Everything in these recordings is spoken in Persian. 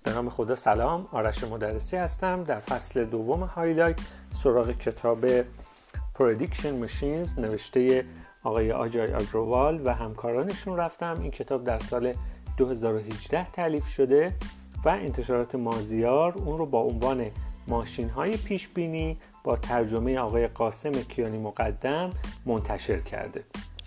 به نام خدا سلام، آرش مدرسی هستم. در فصل دوم هایلایت سراغ کتاب Prediction Machines نوشته آقای آجای آگروال و همکارانشون رفتم. این کتاب در سال 2018 تألیف شده و انتشارات مازیار اون رو با عنوان ماشین‌های پیشبینی با ترجمه آقای قاسم کیانی مقدم منتشر کرده.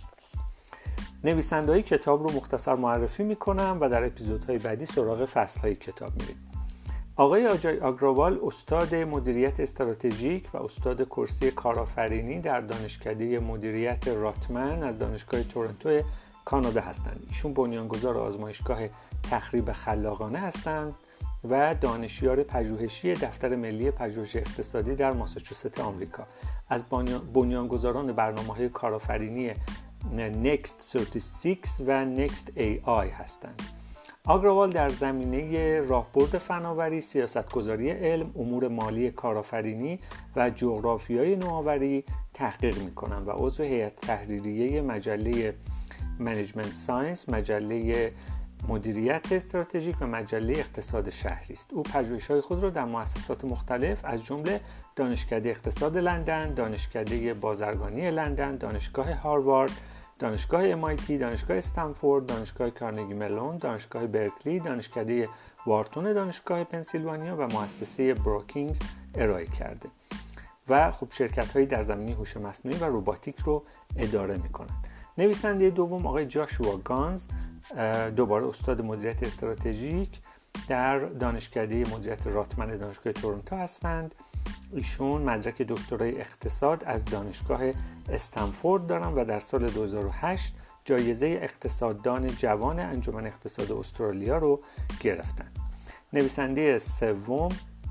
نویسنده‌های کتاب رو مختصر معرفی میکنم و در اپیزودهای بعدی سراغ فصل‌های کتاب میریم. آقای آجای آگروال استاد مدیریت استراتژیک و استاد کرسی کارآفرینی در دانشکده مدیریت راتمن از دانشگاه تورنتو کانادا هستند. ایشون بنیانگذار آزمایشگاه تخریب خلاقانه هستند و دانشیار پژوهشی دفتر ملی پژوهش اقتصادی در ماساچوست آمریکا. از بنیانگذاران برنامه‌های کارآفرینی Next 36 و Next AI هستند. آگروال در زمینه راهبرد فناوری، سیاستگذاری علم، امور مالی کارآفرینی و جغرافیای نوآوری تحقیق می‌کنند و عضو هیئت تحریریه مجله منیجمنت ساینس، مجله مدیریت استراتژیک و مجله اقتصاد شهری است. او پژوهش‌های خود را در مؤسسات مختلف از جمله دانشکده اقتصاد لندن، دانشکده بازرگانی لندن، دانشگاه هاروارد، دانشگاه MIT، دانشگاه استنفورد، دانشگاه کارنگی ملون، دانشگاه برکلی، دانشکده وارتون دانشگاه پنسیلوانیا و مؤسسه بروکینگز ارائه کرده و خب شرکت‌هایی در زمینه هوش مصنوعی و روباتیک رو اداره می‌کنند. نویسنده دوم آقای جاشوا گانز، دوباره استاد مدیریت استراتژیک در دانشکده مدیریت راتمن دانشگاه تورنتو هستند. ایشون مدرک دکترای اقتصاد از دانشگاه استنفورد دارن و در سال 2008 جایزه اقتصاددان جوان انجمن اقتصاد استرالیا رو گرفتن. نویسنده سوم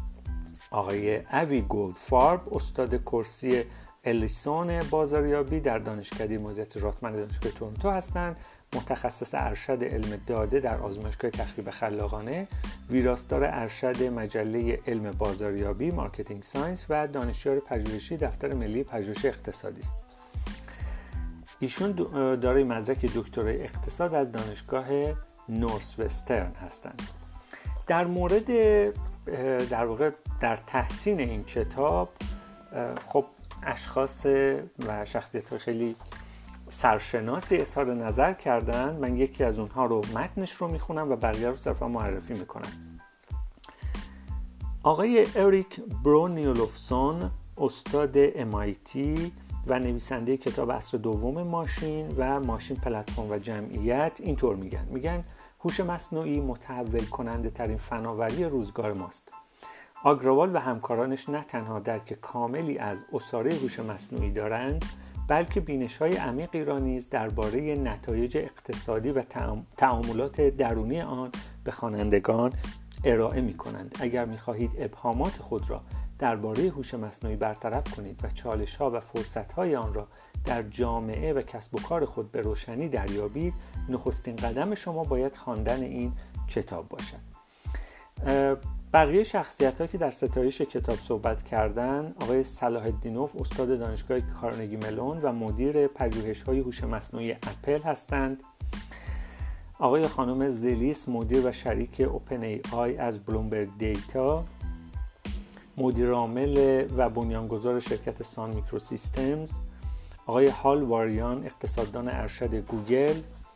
آقای اوی گولدفارب، استاد کرسی الیسون بازاریابی در دانشکده مدیریت راتمن دانشگاه تورنتو هستند. متخصص ارشد علم داده در آزمایشگاه تخریب خلاقانه، ویراستار ارشد مجله علم بازاریابی مارکتینگ ساینس و دانشیار پژوهشی دفتر ملی پژوهش اقتصادی است. ایشون دارای مدرک دکترای اقتصاد از دانشگاه نورثوسترن هستند. در مورد در تحسین این کتاب خب اشخاص و شخصیت‌های خیلی سرشناسی اظهار نظر کردن. من یکی از اونها رو متنش رو میخونم و بقیه رو صرفا معرفی میکنم. آقای اریک برونیولوفسون، استاد MIT و نویسنده کتاب عصر دوم ماشین و ماشین پلتفرم و جمعیت اینطور میگن هوش مصنوعی متحول کننده ترین فناوری روزگار ماست. آگروال و همکارانش نه تنها درک کاملی از اساره هوش مصنوعی دارند، بلکه بینش‌های عمیقی را نیز درباره نتایج اقتصادی و تعاملات درونی آن به خوانندگان ارائه می‌کنند. اگر می‌خواهید ابهامات خود را درباره هوش مصنوعی برطرف کنید و چالش‌ها و فرصت‌های آن را در جامعه و کسب و کار خود به روشنی دریابید، نخستین قدم شما باید خواندن این کتاب باشد. بقیه شخصیت‌ها که در ستایش کتاب صحبت کردن، آقای صلاح الدینوف، استاد دانشگاه کارنگی ملون و مدیر پژوهش‌های هوش مصنوعی اپل هستند. آقای خانم زلیس، مدیر و شریک اوپن ای آی از بلومبرگ دیتا، مدیر عامل و بنیانگذار شرکت سان میکروسیستمز. آقای هال واریان، اقتصاددان ارشد گوگل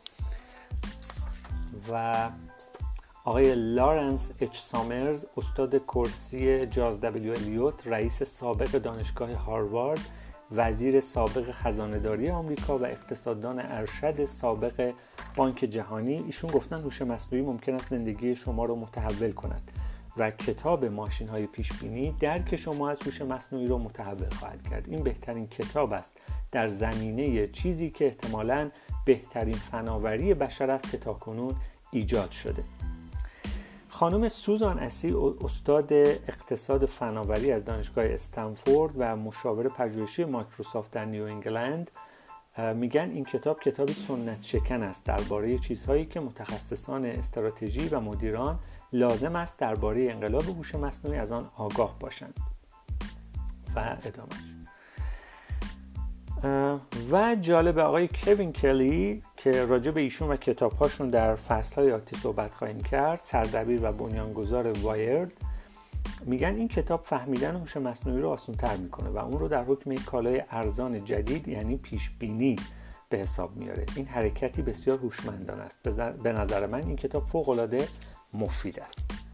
و آقای لارنس اچ سامرز، استاد کرسی جاز دبلیو الیوت، رئیس سابق دانشگاه هاروارد، وزیر سابق خزانه‌داری آمریکا و اقتصاددان ارشد سابق بانک جهانی. ایشون گفتن هوش مصنوعی ممکن است زندگی شما رو متحول کند و کتاب ماشین‌های پیشبینی درک شما از هوش مصنوعی رو متحول خواهد کرد. این بهترین کتاب است در زمینه چیزی که احتمالاً بهترین فناوری بشر است که تاکنون ایجاد شده. خانم سوزان اسی، استاد اقتصاد فناوری از دانشگاه استنفورد و مشاور پژوهشی مایکروسافت در نیو انگلند، میگن این کتابی سنت شکن است درباره چیزهایی که متخصصان استراتژی و مدیران لازم است درباره انقلاب هوش مصنوعی از آن آگاه باشند. و ادامهش و جالب آقای کوین کلی که راجع به ایشون و کتاب‌هاشون در فصل‌های آتی صحبت خواهیم کرد، سردبیر و بنیانگذار وایرد، میگن این کتاب فهمیدن هوش مصنوعی رو آسان‌تر میکنه و اون رو در حکم یک کالای ارزان جدید یعنی پیشبینی به حساب میاره. این حرکتی بسیار هوشمندانه است. به نظر من این کتاب فوق‌العاده مفید است.